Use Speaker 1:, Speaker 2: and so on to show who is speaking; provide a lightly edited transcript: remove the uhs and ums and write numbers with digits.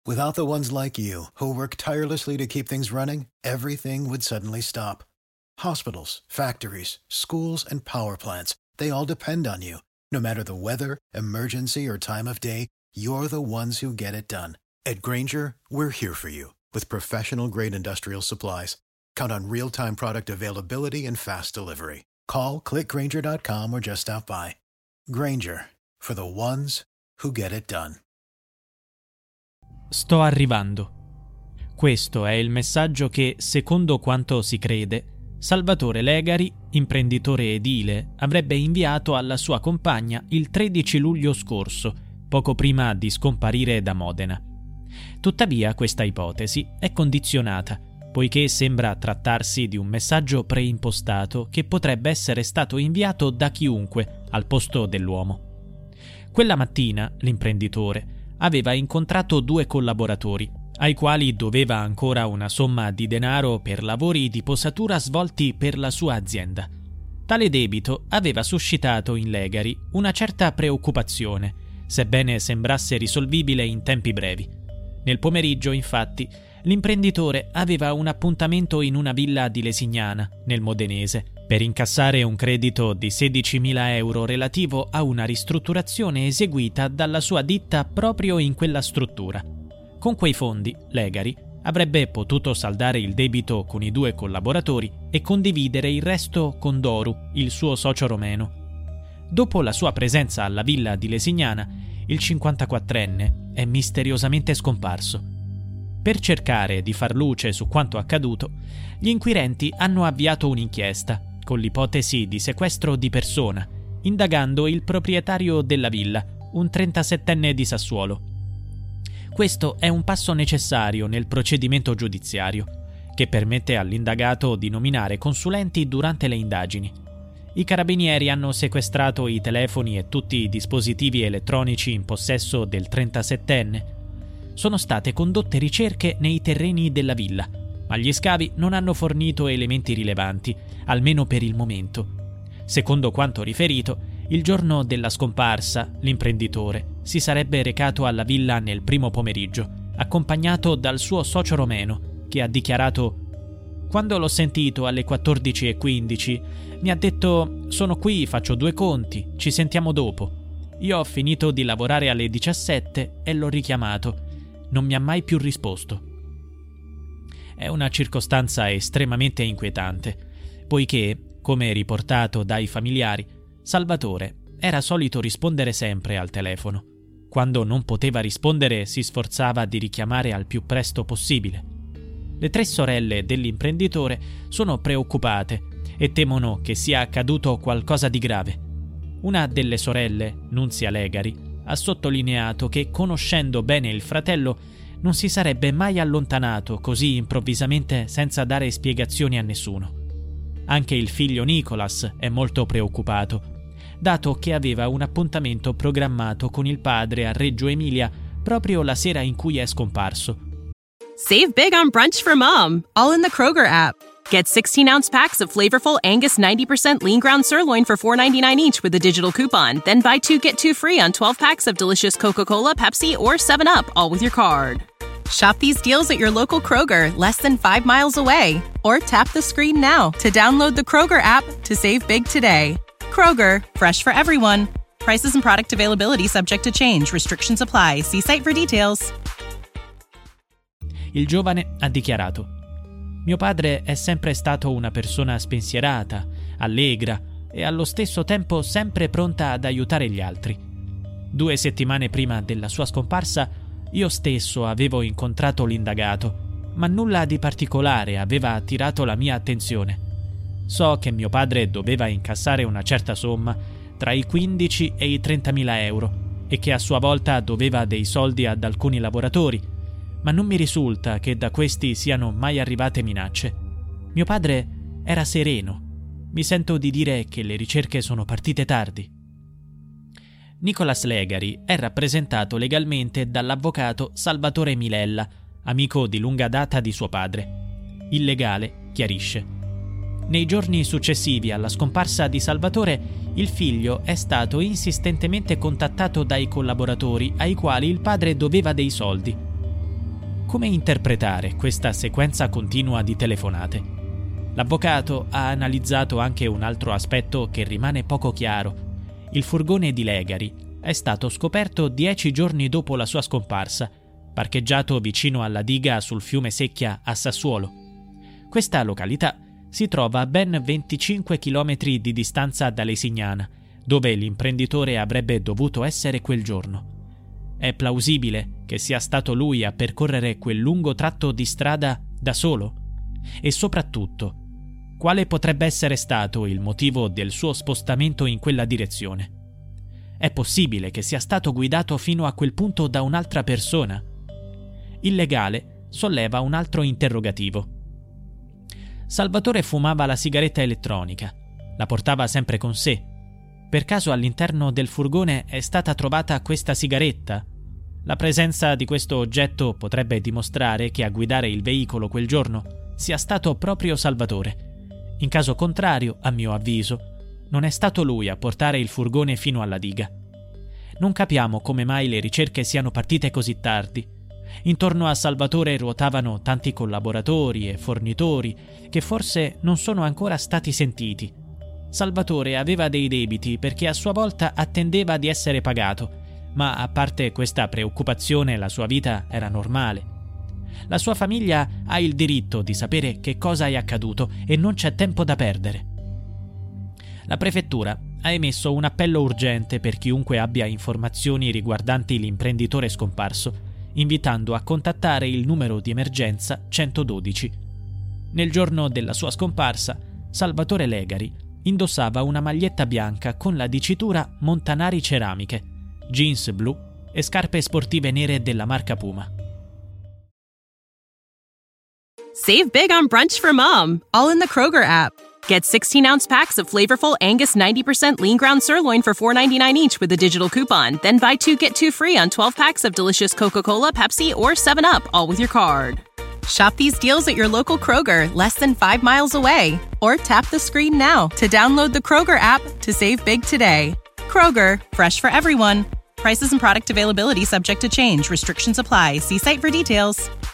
Speaker 1: Without the ones like you, who work tirelessly to keep things running, everything would suddenly stop. Hospitals, factories, schools, and power plants, they all depend on you. No matter the weather, emergency, or time of day, you're the ones who get it done. At Grainger, we're here for you with professional-grade industrial supplies. Count on real-time product availability and fast delivery. Call, click Grainger.com or just stop by. Grainger, for the ones who get it done.
Speaker 2: Sto arrivando. Questo è il messaggio che, secondo quanto si crede, Salvatore Legari, imprenditore edile, avrebbe inviato alla sua compagna il 13 luglio scorso, poco prima di scomparire da Modena. Tuttavia, questa ipotesi è condizionata, poiché sembra trattarsi di un messaggio preimpostato che potrebbe essere stato inviato da chiunque al posto dell'uomo. Quella mattina, l'imprenditore aveva incontrato 2 collaboratori, ai quali doveva ancora una somma di denaro per lavori di posatura svolti per la sua azienda. Tale debito aveva suscitato in Legari una certa preoccupazione, sebbene sembrasse risolvibile in tempi brevi. Nel pomeriggio, infatti, l'imprenditore aveva un appuntamento in una villa di Lesignana, nel Modenese, per incassare un credito di 16.000 euro relativo a una ristrutturazione eseguita dalla sua ditta proprio in quella struttura. Con quei fondi, Legari avrebbe potuto saldare il debito con i 2 collaboratori e condividere il resto con Doru, il suo socio romeno. Dopo la sua presenza alla villa di Lesignana, il 54enne è misteriosamente scomparso. Per cercare di far luce su quanto accaduto, gli inquirenti hanno avviato un'inchiesta, con l'ipotesi di sequestro di persona, indagando il proprietario della villa, un 37enne di Sassuolo. Questo è un passo necessario nel procedimento giudiziario, che permette all'indagato di nominare consulenti durante le indagini. I carabinieri hanno sequestrato i telefoni e tutti i dispositivi elettronici in possesso del 37enne. Sono state condotte ricerche nei terreni della villa, ma gli scavi non hanno fornito elementi rilevanti, almeno per il momento. Secondo quanto riferito, il giorno della scomparsa, l'imprenditore si sarebbe recato alla villa nel primo pomeriggio, accompagnato dal suo socio romeno, che ha dichiarato: «Quando l'ho sentito alle 14:15, mi ha detto: sono qui, faccio 2 conti, ci sentiamo dopo. Io ho finito di lavorare alle 17 e l'ho richiamato. Non mi ha mai più risposto». È una circostanza estremamente inquietante, poiché, come riportato dai familiari, Salvatore era solito rispondere sempre al telefono. Quando non poteva rispondere, si sforzava di richiamare al più presto possibile. Le 3 sorelle dell'imprenditore sono preoccupate e temono che sia accaduto qualcosa di grave. Una delle sorelle, Nunzia Legari, ha sottolineato che, conoscendo bene il fratello, non si sarebbe mai allontanato così improvvisamente senza dare spiegazioni a nessuno. Anche il figlio Nicolas è molto preoccupato, dato che aveva un appuntamento programmato con il padre a Reggio Emilia proprio la sera in cui è scomparso.
Speaker 3: Save big on brunch for mom, all in the Kroger app. Get 16-ounce packs of flavorful Angus 90% lean ground sirloin for $4.99 each with a digital coupon. Then buy 2, get 2 free on 12 packs of delicious Coca-Cola, Pepsi, or 7-Up, all with your card. Shop these deals at your local Kroger, less than 5 miles away. Or tap the screen now to download the Kroger app to save big today. Kroger, fresh for everyone. Prices and product availability subject to change. Restrictions apply. See site for details.
Speaker 2: Il giovane ha dichiarato: «Mio padre è sempre stato una persona spensierata, allegra e allo stesso tempo sempre pronta ad aiutare gli altri. 2 settimane prima della sua scomparsa io stesso avevo incontrato l'indagato, ma nulla di particolare aveva attirato la mia attenzione. So che mio padre doveva incassare una certa somma, tra i 15 e i 30.000 euro, e che a sua volta doveva dei soldi ad alcuni lavoratori, ma non mi risulta che da questi siano mai arrivate minacce. Mio padre era sereno. Mi sento di dire che le ricerche sono partite tardi». Nicolas Legari è rappresentato legalmente dall'avvocato Salvatore Milella, amico di lunga data di suo padre. Il legale chiarisce: «Nei giorni successivi alla scomparsa di Salvatore, il figlio è stato insistentemente contattato dai collaboratori ai quali il padre doveva dei soldi. Come interpretare questa sequenza continua di telefonate? L'avvocato ha analizzato anche un altro aspetto che rimane poco chiaro. Il furgone di Legari è stato scoperto 10 giorni dopo la sua scomparsa, parcheggiato vicino alla diga sul fiume Secchia a Sassuolo. Questa località si trova a ben 25 km di distanza da Lesignana, dove l'imprenditore avrebbe dovuto essere quel giorno. È plausibile che sia stato lui a percorrere quel lungo tratto di strada da solo? E soprattutto, quale potrebbe essere stato il motivo del suo spostamento in quella direzione? È possibile che sia stato guidato fino a quel punto da un'altra persona? Il legale solleva un altro interrogativo. Salvatore fumava la sigaretta elettronica, la portava sempre con sé. Per caso all'interno del furgone è stata trovata questa sigaretta? La presenza di questo oggetto potrebbe dimostrare che a guidare il veicolo quel giorno sia stato proprio Salvatore. In caso contrario, a mio avviso, non è stato lui a portare il furgone fino alla diga. Non capiamo come mai le ricerche siano partite così tardi. Intorno a Salvatore ruotavano tanti collaboratori e fornitori che forse non sono ancora stati sentiti. Salvatore aveva dei debiti perché a sua volta attendeva di essere pagato, ma a parte questa preoccupazione la sua vita era normale. La sua famiglia ha il diritto di sapere che cosa è accaduto e non c'è tempo da perdere. La prefettura ha emesso un appello urgente per chiunque abbia informazioni riguardanti l'imprenditore scomparso, invitando a contattare il numero di emergenza 112. Nel giorno della sua scomparsa, Salvatore Legari indossava una maglietta bianca con la dicitura Montanari Ceramiche, jeans blu e scarpe sportive nere della marca Puma.
Speaker 3: Save big on brunch for mom, all in the Kroger app. Get 16-ounce packs of flavorful Angus 90% lean ground sirloin for $4.99 each with a digital coupon. Then buy 2, get 2 free on 12 packs of delicious Coca-Cola, Pepsi, or 7-Up, all with your card. Shop these deals at your local Kroger, less than 5 miles away. Or tap the screen now to download the Kroger app to save big today. Kroger, fresh for everyone. Prices and product availability subject to change. Restrictions apply. See site for details.